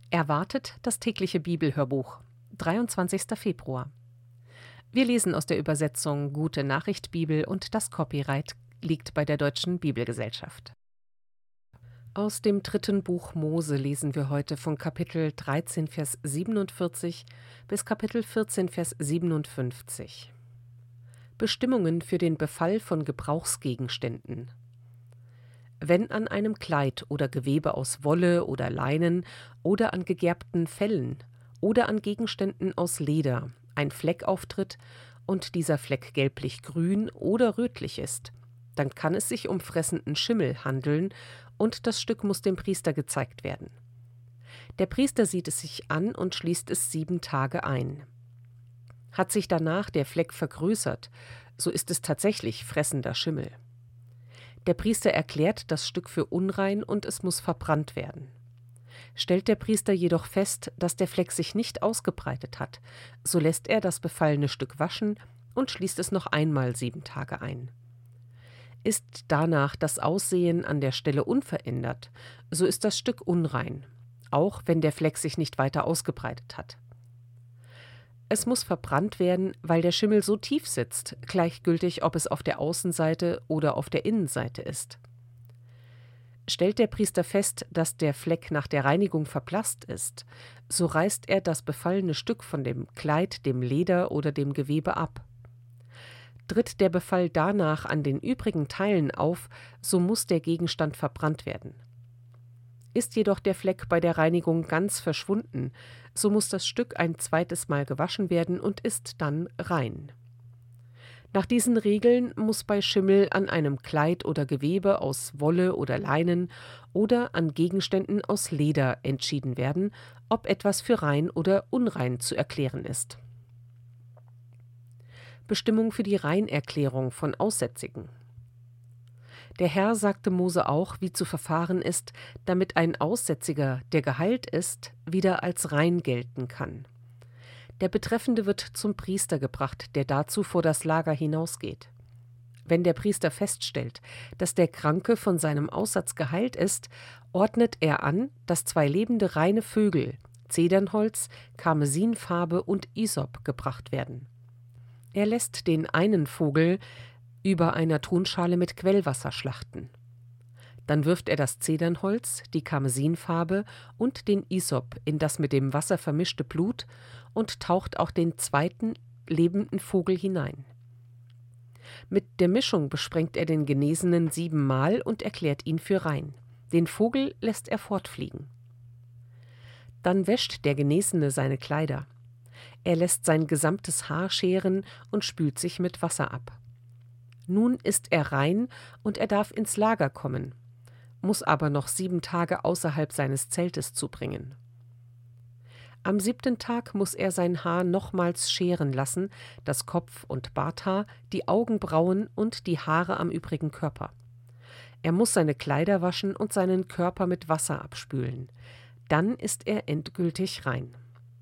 Erwartet das tägliche Bibelhörbuch, 23. Februar. Wir lesen aus der Übersetzung Gute Nachricht Bibel und das Copyright liegt bei der Deutschen Bibelgesellschaft. Aus dem 3. Buch Mose lesen wir heute von Kapitel 13, Vers 47 bis Kapitel 14, Vers 57. Bestimmungen für den Befall von Gebrauchsgegenständen. Wenn an einem Kleid oder Gewebe aus Wolle oder Leinen oder an gegerbten Fellen oder an Gegenständen aus Leder ein Fleck auftritt und dieser Fleck gelblich-grün oder rötlich ist, dann kann es sich um fressenden Schimmel handeln und das Stück muss dem Priester gezeigt werden. Der Priester sieht es sich an und schließt es 7 Tage ein. Hat sich danach der Fleck vergrößert, so ist es tatsächlich fressender Schimmel. Der Priester erklärt das Stück für unrein und es muss verbrannt werden. Stellt der Priester jedoch fest, dass der Fleck sich nicht ausgebreitet hat, so lässt er das befallene Stück waschen und schließt es noch einmal 7 Tage ein. Ist danach das Aussehen an der Stelle unverändert, so ist das Stück unrein, auch wenn der Fleck sich nicht weiter ausgebreitet hat. Es muss verbrannt werden, weil der Schimmel so tief sitzt, gleichgültig, ob es auf der Außenseite oder auf der Innenseite ist. Stellt der Priester fest, dass der Fleck nach der Reinigung verblasst ist, so reißt er das befallene Stück von dem Kleid, dem Leder oder dem Gewebe ab. Tritt der Befall danach an den übrigen Teilen auf, so muss der Gegenstand verbrannt werden. Ist jedoch der Fleck bei der Reinigung ganz verschwunden, so muss das Stück ein zweites Mal gewaschen werden und ist dann rein. Nach diesen Regeln muss bei Schimmel an einem Kleid oder Gewebe aus Wolle oder Leinen oder an Gegenständen aus Leder entschieden werden, ob etwas für rein oder unrein zu erklären ist. Bestimmung für die Reinerklärung von Aussätzigen. Der Herr sagte Mose auch, wie zu verfahren ist, damit ein Aussätziger, der geheilt ist, wieder als rein gelten kann. Der Betreffende wird zum Priester gebracht, der dazu vor das Lager hinausgeht. Wenn der Priester feststellt, dass der Kranke von seinem Aussatz geheilt ist, ordnet er an, dass 2 lebende reine Vögel, Zedernholz, Karmesinfarbe und Isop gebracht werden. Er lässt den einen Vogel über einer Tonschale mit Quellwasser schlachten. Dann wirft er das Zedernholz, die Karmesinfarbe und den Isop in das mit dem Wasser vermischte Blut und taucht auch den 2. lebenden Vogel hinein. Mit der Mischung besprengt er den Genesenen 7-mal und erklärt ihn für rein. Den Vogel lässt er fortfliegen. Dann wäscht der Genesene seine Kleider. Er lässt sein gesamtes Haar scheren und spült sich mit Wasser ab. Nun ist er rein und er darf ins Lager kommen, muss aber noch 7 Tage außerhalb seines Zeltes zubringen. Am 7. Tag muss er sein Haar nochmals scheren lassen, das Kopf- und Barthaar, die Augenbrauen und die Haare am übrigen Körper. Er muss seine Kleider waschen und seinen Körper mit Wasser abspülen. Dann ist er endgültig rein.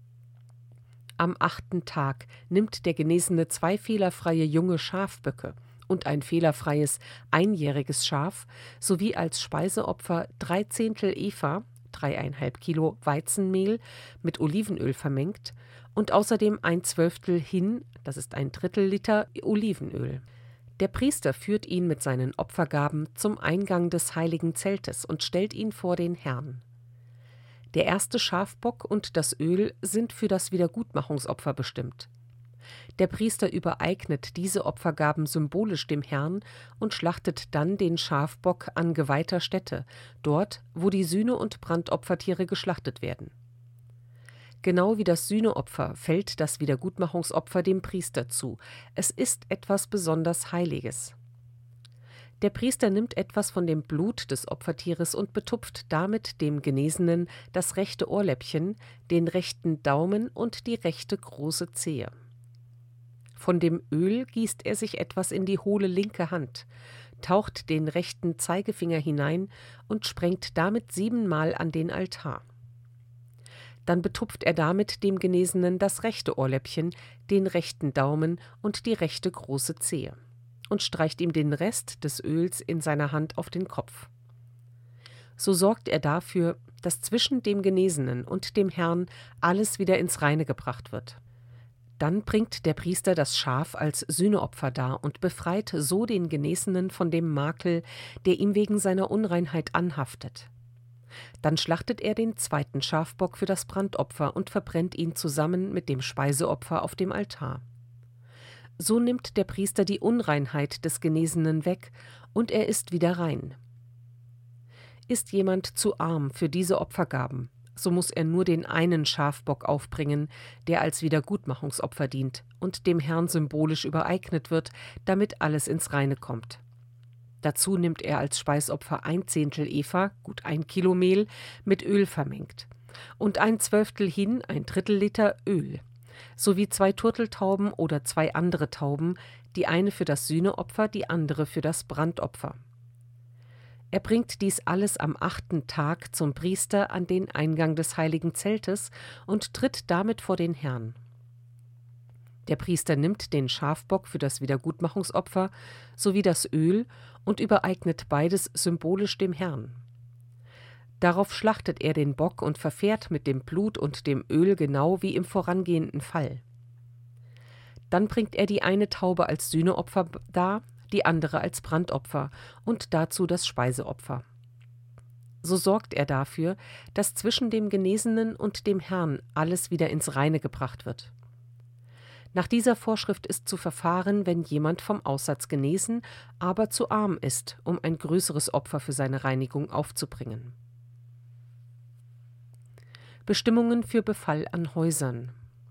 Am 8. Tag nimmt der Genesene 2 fehlerfreie junge Schafböcke und ein fehlerfreies einjähriges Schaf sowie als Speiseopfer 3/10 Epha, 3,5 Kilo Weizenmehl mit Olivenöl vermengt und außerdem 1/12 Hin, das ist 1/3 Liter Olivenöl. Der Priester führt ihn mit seinen Opfergaben zum Eingang des heiligen Zeltes und stellt ihn vor den Herrn. Der erste Schafbock und das Öl sind für das Wiedergutmachungsopfer bestimmt. Der Priester übereignet diese Opfergaben symbolisch dem Herrn und schlachtet dann den Schafbock an geweihter Stätte, dort, wo die Sühne- und Brandopfertiere geschlachtet werden. Genau wie das Sühneopfer fällt das Wiedergutmachungsopfer dem Priester zu. Es ist etwas besonders Heiliges. Der Priester nimmt etwas von dem Blut des Opfertieres und betupft damit dem Genesenen das rechte Ohrläppchen, den rechten Daumen und die rechte große Zehe. Von dem Öl gießt er sich etwas in die hohle linke Hand, taucht den rechten Zeigefinger hinein und sprengt damit 7-mal an den Altar. Dann betupft er damit dem Genesenen das rechte Ohrläppchen, den rechten Daumen und die rechte große Zehe und streicht ihm den Rest des Öls in seiner Hand auf den Kopf. So sorgt er dafür, dass zwischen dem Genesenen und dem Herrn alles wieder ins Reine gebracht wird. Dann bringt der Priester das Schaf als Sühneopfer dar und befreit so den Genesenen von dem Makel, der ihm wegen seiner Unreinheit anhaftet. Dann schlachtet er den zweiten Schafbock für das Brandopfer und verbrennt ihn zusammen mit dem Speiseopfer auf dem Altar. So nimmt der Priester die Unreinheit des Genesenen weg und er ist wieder rein. Ist jemand zu arm für diese Opfergaben, so muss er nur den einen Schafbock aufbringen, der als Wiedergutmachungsopfer dient und dem Herrn symbolisch übereignet wird, damit alles ins Reine kommt. Dazu nimmt er als Speisopfer 1/10 Epha, gut 1 Kilo Mehl, mit Öl vermengt und 1/12 Hin, 1/3 Liter Öl, sowie 2 Turteltauben oder 2 andere Tauben, die eine für das Sühneopfer, die andere für das Brandopfer. Er bringt dies alles am 8. Tag zum Priester an den Eingang des heiligen Zeltes und tritt damit vor den Herrn. Der Priester nimmt den Schafbock für das Wiedergutmachungsopfer sowie das Öl und übereignet beides symbolisch dem Herrn. Darauf schlachtet er den Bock und verfährt mit dem Blut und dem Öl genau wie im vorangehenden Fall. Dann bringt er die eine Taube als Sühneopfer dar, die andere als Brandopfer und dazu das Speiseopfer. So sorgt er dafür, dass zwischen dem Genesenen und dem Herrn alles wieder ins Reine gebracht wird. Nach dieser Vorschrift ist zu verfahren, wenn jemand vom Aussatz genesen, aber zu arm ist, um ein größeres Opfer für seine Reinigung aufzubringen. Bestimmungen für Befall an Häusern.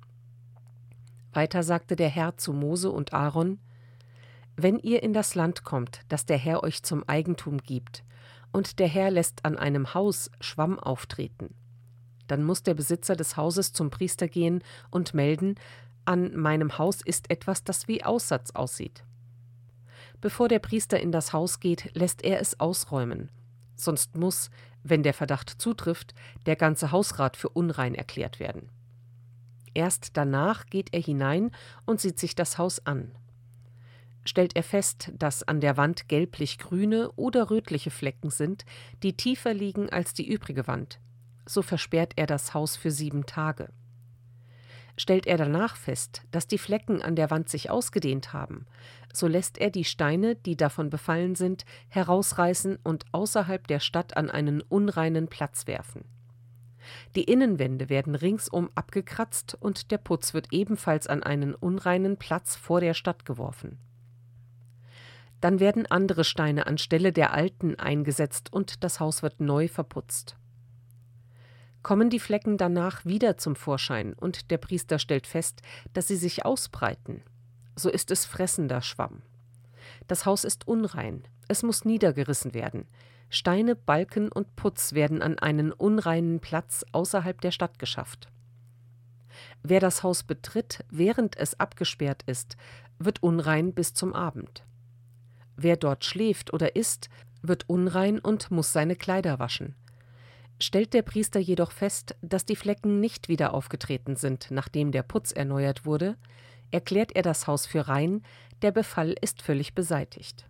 Weiter sagte der Herr zu Mose und Aaron: Wenn ihr in das Land kommt, das der Herr euch zum Eigentum gibt, und der Herr lässt an einem Haus Schwamm auftreten, dann muss der Besitzer des Hauses zum Priester gehen und melden: An meinem Haus ist etwas, das wie Aussatz aussieht. Bevor der Priester in das Haus geht, lässt er es ausräumen. Sonst muss, wenn der Verdacht zutrifft, der ganze Hausrat für unrein erklärt werden. Erst danach geht er hinein und sieht sich das Haus an. Stellt er fest, dass an der Wand gelblich-grüne oder rötliche Flecken sind, die tiefer liegen als die übrige Wand, so versperrt er das Haus für 7 Tage. Stellt er danach fest, dass die Flecken an der Wand sich ausgedehnt haben, so lässt er die Steine, die davon befallen sind, herausreißen und außerhalb der Stadt an einen unreinen Platz werfen. Die Innenwände werden ringsum abgekratzt und der Putz wird ebenfalls an einen unreinen Platz vor der Stadt geworfen. Dann werden andere Steine anstelle der alten eingesetzt und das Haus wird neu verputzt. Kommen die Flecken danach wieder zum Vorschein und der Priester stellt fest, dass sie sich ausbreiten, so ist es fressender Schwamm. Das Haus ist unrein, es muss niedergerissen werden. Steine, Balken und Putz werden an einen unreinen Platz außerhalb der Stadt geschafft. Wer das Haus betritt, während es abgesperrt ist, wird unrein bis zum Abend. Wer dort schläft oder isst, wird unrein und muss seine Kleider waschen. Stellt der Priester jedoch fest, dass die Flecken nicht wieder aufgetreten sind, nachdem der Putz erneuert wurde, erklärt er das Haus für rein, der Befall ist völlig beseitigt.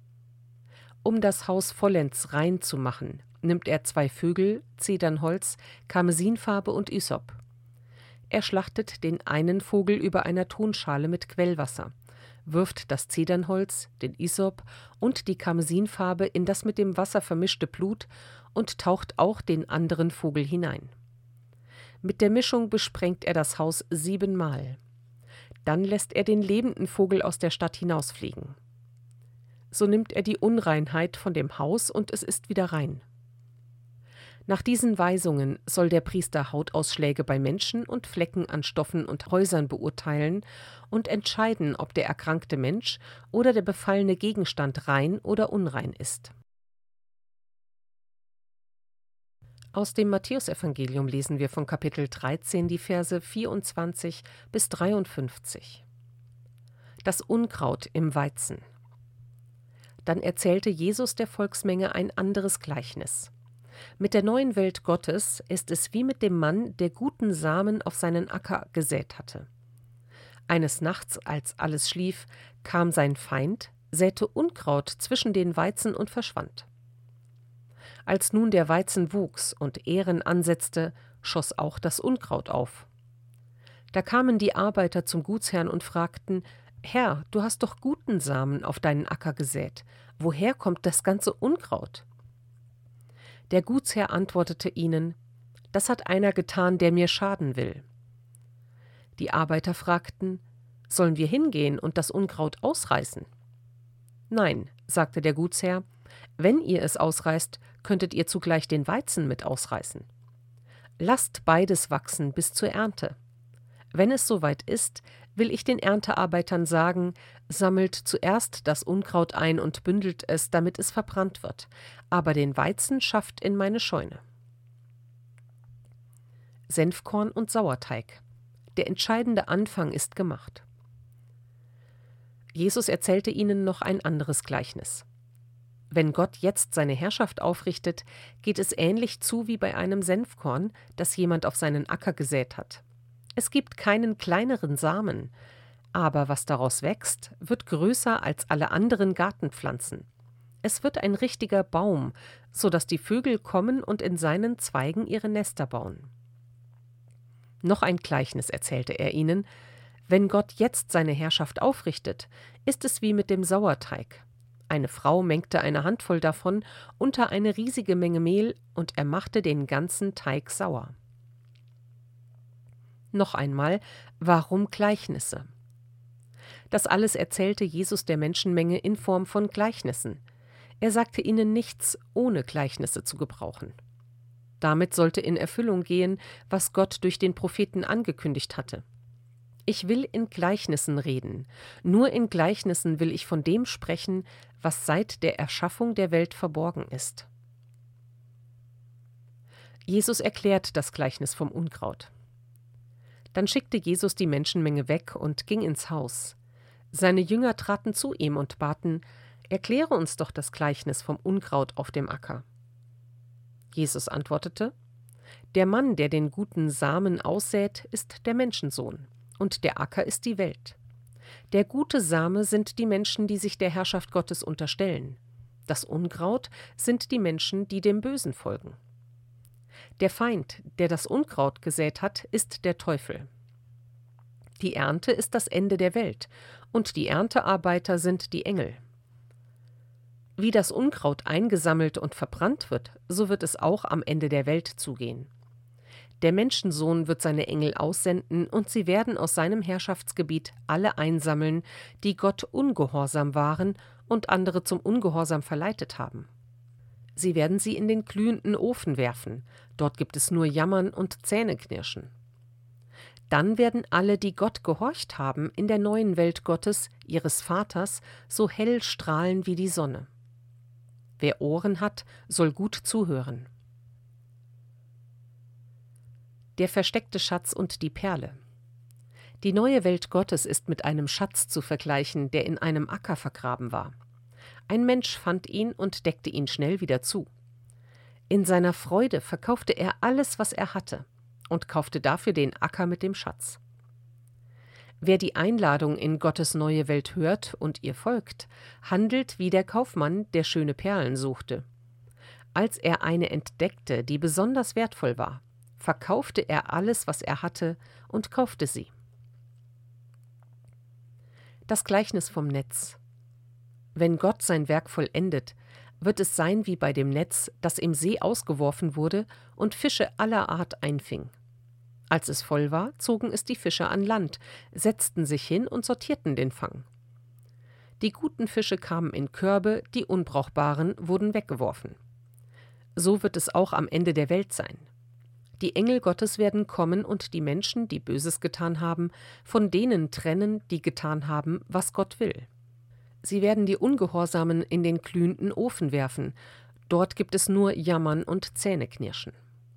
Um das Haus vollends rein zu machen, nimmt er 2 Vögel, Zedernholz, Karmesinfarbe und Ysop. Er schlachtet den einen Vogel über einer Tonschale mit Quellwasser, wirft das Zedernholz, den Ysop und die Karmesinfarbe in das mit dem Wasser vermischte Blut und taucht auch den anderen Vogel hinein. Mit der Mischung besprengt er das Haus 7-mal. Dann lässt er den lebenden Vogel aus der Stadt hinausfliegen. So nimmt er die Unreinheit von dem Haus und es ist wieder rein. Nach diesen Weisungen soll der Priester Hautausschläge bei Menschen und Flecken an Stoffen und Häusern beurteilen und entscheiden, ob der erkrankte Mensch oder der befallene Gegenstand rein oder unrein ist. Aus dem Matthäusevangelium lesen wir von Kapitel 13 die Verse 24 bis 53. Das Unkraut im Weizen. Dann erzählte Jesus der Volksmenge ein anderes Gleichnis. Mit der neuen Welt Gottes ist es wie mit dem Mann, der guten Samen auf seinen Acker gesät hatte. Eines Nachts, als alles schlief, kam sein Feind, säte Unkraut zwischen den Weizen und verschwand. Als nun der Weizen wuchs und Ähren ansetzte, schoss auch das Unkraut auf. Da kamen die Arbeiter zum Gutsherrn und fragten: Herr, du hast doch guten Samen auf deinen Acker gesät. Woher kommt das ganze Unkraut? Der Gutsherr antwortete ihnen: Das hat einer getan, der mir schaden will. Die Arbeiter fragten: Sollen wir hingehen und das Unkraut ausreißen? Nein, sagte der Gutsherr, wenn ihr es ausreißt, könntet ihr zugleich den Weizen mit ausreißen. Lasst beides wachsen bis zur Ernte. Wenn es soweit ist, will ich den Erntearbeitern sagen: Sammelt zuerst das Unkraut ein und bündelt es, damit es verbrannt wird, aber den Weizen schafft in meine Scheune. Senfkorn und Sauerteig. Der entscheidende Anfang ist gemacht. Jesus erzählte ihnen noch ein anderes Gleichnis. Wenn Gott jetzt seine Herrschaft aufrichtet, geht es ähnlich zu wie bei einem Senfkorn, das jemand auf seinen Acker gesät hat. Es gibt keinen kleineren Samen, aber was daraus wächst, wird größer als alle anderen Gartenpflanzen. Es wird ein richtiger Baum, so dass die Vögel kommen und in seinen Zweigen ihre Nester bauen. Noch ein Gleichnis erzählte er ihnen: Wenn Gott jetzt seine Herrschaft aufrichtet, ist es wie mit dem Sauerteig. Eine Frau mengte eine Handvoll davon unter eine riesige Menge Mehl, und er machte den ganzen Teig sauer. Noch einmal, warum Gleichnisse? Das alles erzählte Jesus der Menschenmenge in Form von Gleichnissen. Er sagte ihnen nichts, ohne Gleichnisse zu gebrauchen. Damit sollte in Erfüllung gehen, was Gott durch den Propheten angekündigt hatte. Ich will in Gleichnissen reden. Nur in Gleichnissen will ich von dem sprechen, was seit der Erschaffung der Welt verborgen ist. Jesus erklärt das Gleichnis vom Unkraut. Dann schickte Jesus die Menschenmenge weg und ging ins Haus. Seine Jünger traten zu ihm und baten: Erkläre uns doch das Gleichnis vom Unkraut auf dem Acker. Jesus antwortete: Der Mann, der den guten Samen aussät, ist der Menschensohn, und der Acker ist die Welt. Der gute Same sind die Menschen, die sich der Herrschaft Gottes unterstellen. Das Unkraut sind die Menschen, die dem Bösen folgen. Der Feind, der das Unkraut gesät hat, ist der Teufel. Die Ernte ist das Ende der Welt, und die Erntearbeiter sind die Engel. Wie das Unkraut eingesammelt und verbrannt wird, so wird es auch am Ende der Welt zugehen. Der Menschensohn wird seine Engel aussenden, und sie werden aus seinem Herrschaftsgebiet alle einsammeln, die Gott ungehorsam waren und andere zum Ungehorsam verleitet haben. Sie werden sie in den glühenden Ofen werfen, dort gibt es nur Jammern und Zähneknirschen. Dann werden alle, die Gott gehorcht haben, in der neuen Welt Gottes, ihres Vaters, so hell strahlen wie die Sonne. Wer Ohren hat, soll gut zuhören. Der versteckte Schatz und die Perle. Die neue Welt Gottes ist mit einem Schatz zu vergleichen, der in einem Acker vergraben war. Ein Mensch fand ihn und deckte ihn schnell wieder zu. In seiner Freude verkaufte er alles, was er hatte, und kaufte dafür den Acker mit dem Schatz. Wer die Einladung in Gottes neue Welt hört und ihr folgt, handelt wie der Kaufmann, der schöne Perlen suchte. Als er eine entdeckte, die besonders wertvoll war, verkaufte er alles, was er hatte, und kaufte sie. Das Gleichnis vom Netz. Wenn Gott sein Werk vollendet, wird es sein wie bei dem Netz, das im See ausgeworfen wurde und Fische aller Art einfing. Als es voll war, zogen es die Fische an Land, setzten sich hin und sortierten den Fang. Die guten Fische kamen in Körbe, die unbrauchbaren wurden weggeworfen. So wird es auch am Ende der Welt sein. Die Engel Gottes werden kommen und die Menschen, die Böses getan haben, von denen trennen, die getan haben, was Gott will. Sie werden die Ungehorsamen in den glühenden Ofen werfen. Dort gibt es nur Jammern und Zähneknirschen.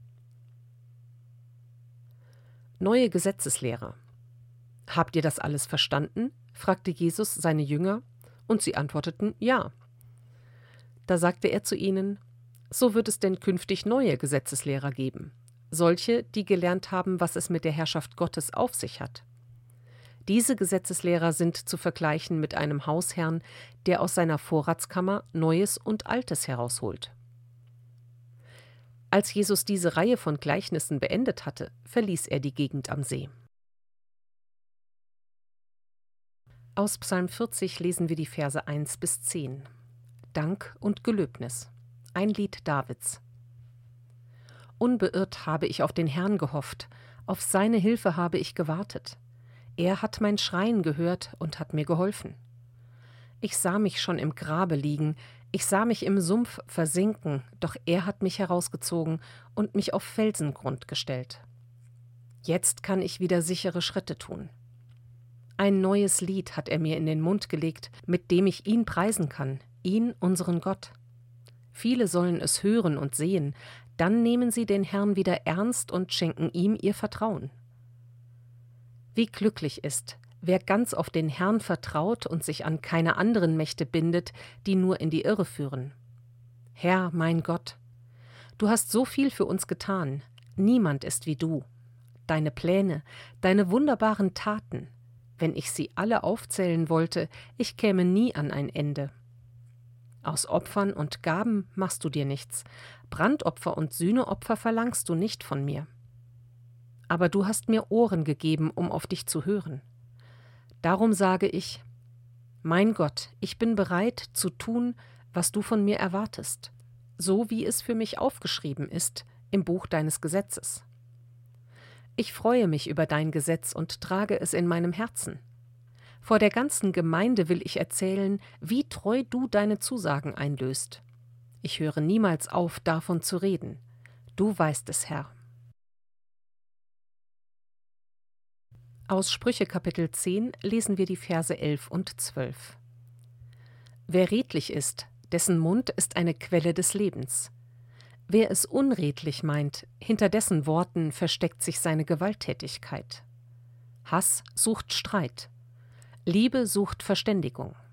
Neue Gesetzeslehrer. Habt ihr das alles verstanden? Fragte Jesus seine Jünger, und sie antworteten: Ja. Da sagte er zu ihnen: So wird es denn künftig neue Gesetzeslehrer geben, solche, die gelernt haben, was es mit der Herrschaft Gottes auf sich hat. Diese Gesetzeslehrer sind zu vergleichen mit einem Hausherrn, der aus seiner Vorratskammer Neues und Altes herausholt. Als Jesus diese Reihe von Gleichnissen beendet hatte, verließ er die Gegend am See. Aus Psalm 40 lesen wir die Verse 1 bis 10. Dank und Gelöbnis. Ein Lied Davids. Unbeirrt habe ich auf den Herrn gehofft, auf seine Hilfe habe ich gewartet. Er hat mein Schreien gehört und hat mir geholfen. Ich sah mich schon im Grabe liegen, ich sah mich im Sumpf versinken, doch er hat mich herausgezogen und mich auf Felsengrund gestellt. Jetzt kann ich wieder sichere Schritte tun. Ein neues Lied hat er mir in den Mund gelegt, mit dem ich ihn preisen kann, ihn, unseren Gott. Viele sollen es hören und sehen, dann nehmen sie den Herrn wieder ernst und schenken ihm ihr Vertrauen. Wie glücklich ist, wer ganz auf den Herrn vertraut und sich an keine anderen Mächte bindet, die nur in die Irre führen. Herr, mein Gott, du hast so viel für uns getan, niemand ist wie du. Deine Pläne, deine wunderbaren Taten, wenn ich sie alle aufzählen wollte, ich käme nie an ein Ende. Aus Opfern und Gaben machst du dir nichts, Brandopfer und Sühneopfer verlangst du nicht von mir. Aber du hast mir Ohren gegeben, um auf dich zu hören. Darum sage ich, mein Gott, ich bin bereit zu tun, was du von mir erwartest, so wie es für mich aufgeschrieben ist im Buch deines Gesetzes. Ich freue mich über dein Gesetz und trage es in meinem Herzen. Vor der ganzen Gemeinde will ich erzählen, wie treu du deine Zusagen einlöst. Ich höre niemals auf, davon zu reden. Du weißt es, Herr. Aus Sprüche Kapitel 10 lesen wir die Verse 11 und 12. Wer redlich ist, dessen Mund ist eine Quelle des Lebens. Wer es unredlich meint, hinter dessen Worten versteckt sich seine Gewalttätigkeit. Hass sucht Streit. Liebe sucht Verständigung.